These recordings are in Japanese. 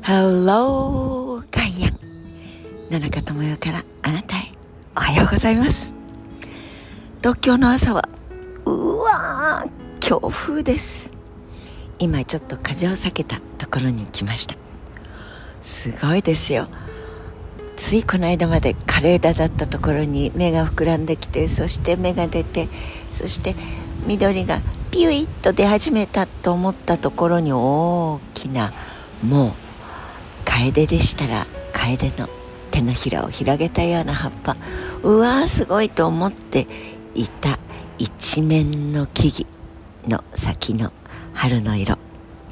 Hello ガイアン、野中智代からあなたへおはようございます。東京の朝は強風です。今ちょっと風を避けたところに来ました。すごいですよ。ついこの間まで枯れ枝だったところに芽が膨らんできて、そして芽が出て、そして緑がピュイッと出始めたと思ったところに大きな、もう楓でしたら楓の手のひらを広げたような葉っぱ、すごいと思っていた一面の木々の先の春の色、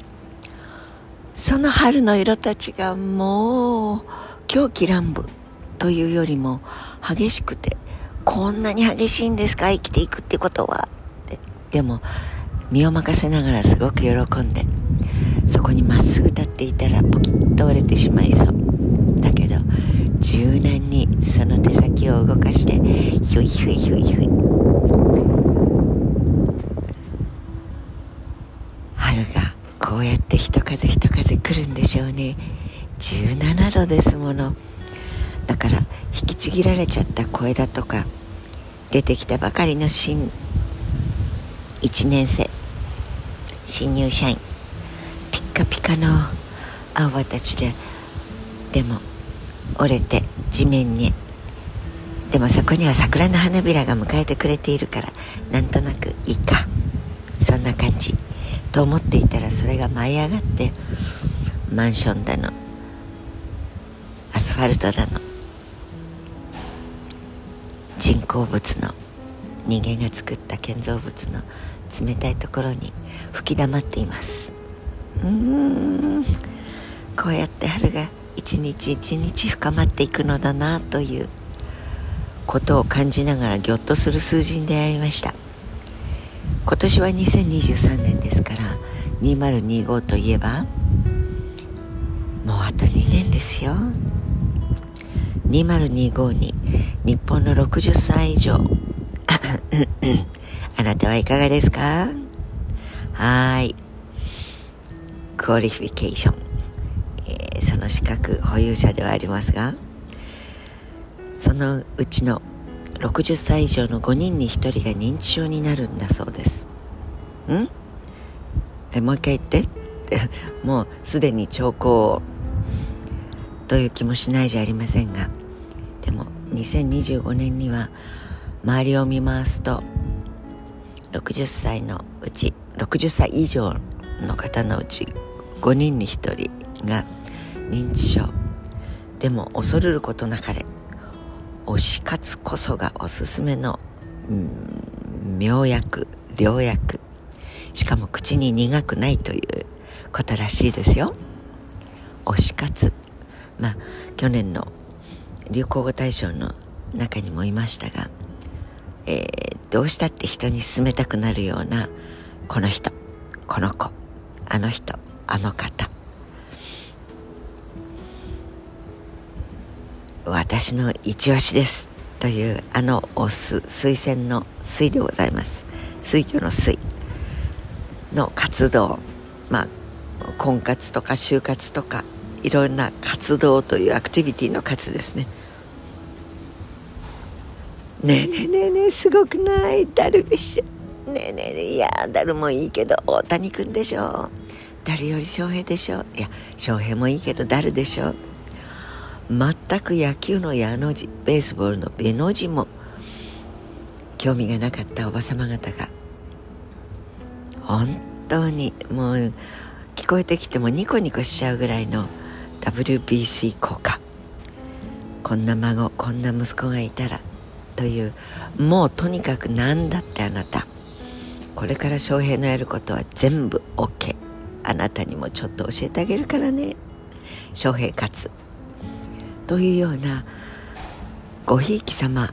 その春の色たちがもう狂気乱舞というよりも激しくて、こんなに激しいんですか、生きていくってことは。でも身を任せながらすごく喜んで、そこにまっすぐ立っていたらポキッと折れてしまいそう。だけど柔軟にその手先を動かしてヒュイヒュイヒュイヒュイ、春がこうやって一風一風来るんでしょうね。17度ですもの。だから引きちぎられちゃった小枝とか、出てきたばかりの新1年生新入社員、ピッカピカの青葉たちでも折れて地面に、でもそこには桜の花びらが迎えてくれているから、なんとなくいいか、そんな感じと思っていたら、それが舞い上がってマンションだのアスファルトだの人工物の人間が作った建造物の冷たいところに吹き溜まっています。こうやって春が一日一日深まっていくのだなということを感じながらぎょっとする数字に出会いました。今年は2023年ですから、2025といえばもうあと2年ですよ。2025に日本の60歳以上あなたはいかがですか？クオリフィケーション、その資格保有者ではありますが、そのうちの60歳以上の5人に1人が認知症になるんだそうです。もう一回言ってもうすでに兆候という気もしないじゃありませんが、でも2025年には周りを見回すと、60歳のうち60歳以上の方のうち5人に1人が認知症でも、恐るることなかれ推し活こそがおすすめの妙薬良薬、しかも口に苦くないということらしいですよ。推し活、去年の流行語大賞の中にもいましたが、どうしたって人に勧めたくなるような、この人この子あの人あの方、私の一押しですという推す推薦の推でございます。推挙の推の活動、婚活とか就活とかいろんな活動というアクティビティの活ですね。ねえすごくない？ダルビッシュ、いやダルもいいけど大谷君でしょ、ダルより翔平でしょ、いや翔平もいいけどダルでしょ。全く野球の矢の字、ベースボールのベの字も興味がなかったおばさま方が、本当にもう聞こえてきてもニコニコしちゃうぐらいの WBC 効果、こんな孫こんな息子がいたらという、もうとにかくなんだってあなた、これから翔平のやることは全部 OK、 あなたにもちょっと教えてあげるからね、翔平勝つというようなごひいき様、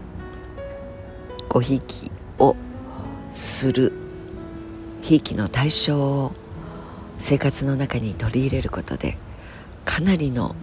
ごひいきをする、ひいきの対象を生活の中に取り入れることで、かなりの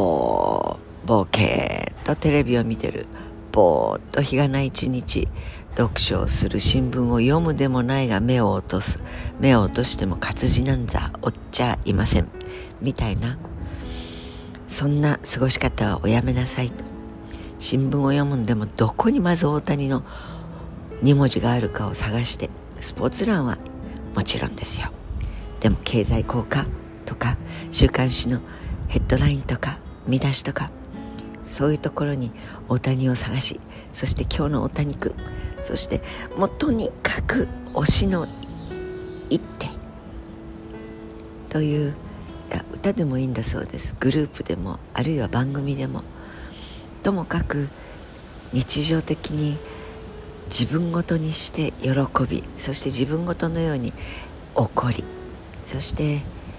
ボーケーとテレビを見てる、ぼーっと日がない一日読書をする、新聞を読むでもないが目を落とす、目を落としても活字なんざ追っちゃいませんみたいな、そんな過ごし方はおやめなさいと。新聞を読むんでもどこにまず大谷の2文字があるかを探して、スポーツ欄はもちろんですよ。でも経済効果とか週刊誌のヘッドラインとか見出しとか、そういうところに大谷を探し、そして今日の大谷君、そしてもうとにかく推しの一手という、歌でもいいんだそうです。グループでもあるいは番組でも、ともかく日常的に自分ごとにして喜び、そして自分ごとのように怒り、そして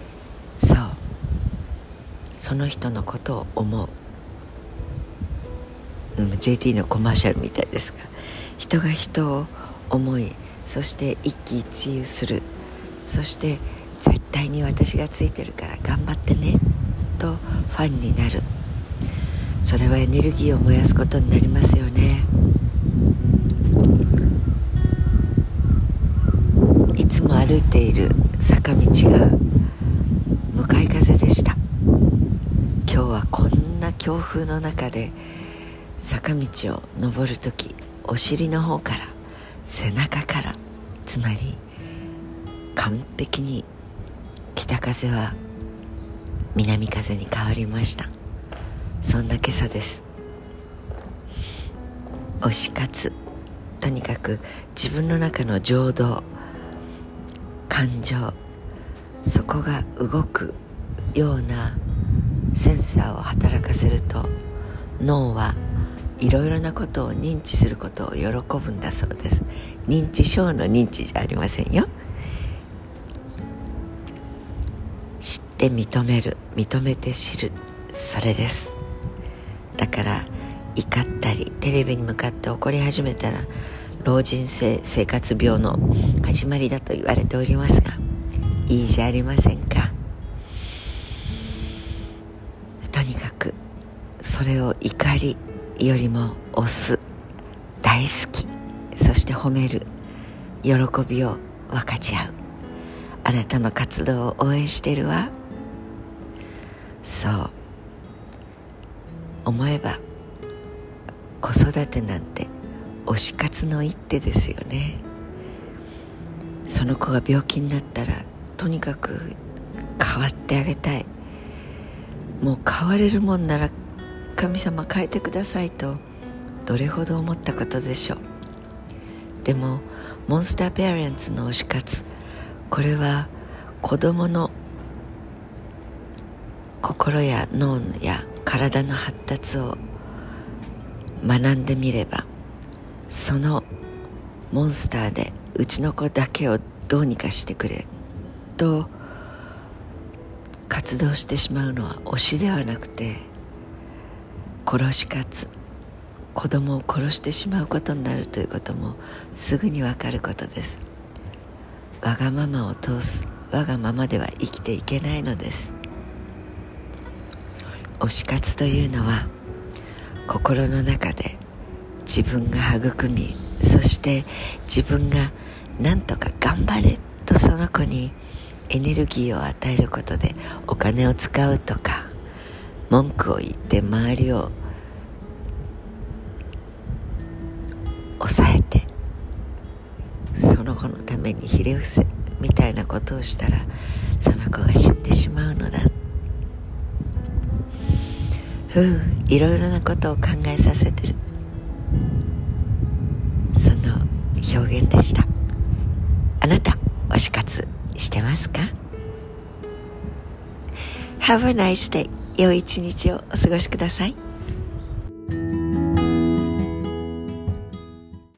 その人のことを思う、JT のコマーシャルみたいですが、人が人を思い、そして一喜一憂する、そして絶対に私がついてるから頑張ってねとファンになる。それはエネルギーを燃やすことになりますよね。いつも歩いている坂道が向かい風でした。今日はこんな強風の中で坂道を登るとき、お尻の方から背中から、つまり完璧に北風は南風に変わりました。そんな今朝です。推し活、とにかく自分の中の情動、感情、そこが動くようなセンサーを働かせると、脳はいろいろなことを認知することを喜ぶんだそうです。認知症の認知じゃありませんよ。知って認める、認めて知る、それです。だから怒ったりテレビに向かって怒り始めたら老人性生活病の始まりだと言われておりますが、いいじゃありませんか。とにかくそれを怒りよりも推す、大好き、そして褒める、喜びを分かち合う。あなたの活動を応援しているわ。そう思えば子育てなんて推し活の一手ですよね。その子が病気になったらとにかく変わってあげたい。もう変われるもんなら神様変えてくださいとどれほど思ったことでしょう。でもモンスターペアレンツの推し活、これは子供の心や脳や体の発達を学んでみれば、そのモンスターでうちの子だけをどうにかしてくれと活動してしまうのは推しではなくて殺し活、子供を殺してしまうことになるということもすぐにわかることです。わがままを通す、わがままでは生きていけないのです。推し活というのは心の中で自分が育み、そして自分がなんとか頑張れとその子にエネルギーを与えることで、お金を使うとか文句を言って周りを抑えてその子のためにひれ伏せみたいなことをしたら、その子が死んでしまうのだ。いろいろなことを考えさせてる、その表現でした。あなた推し活してますか？ Have a nice day。 良い一日をお過ごしください。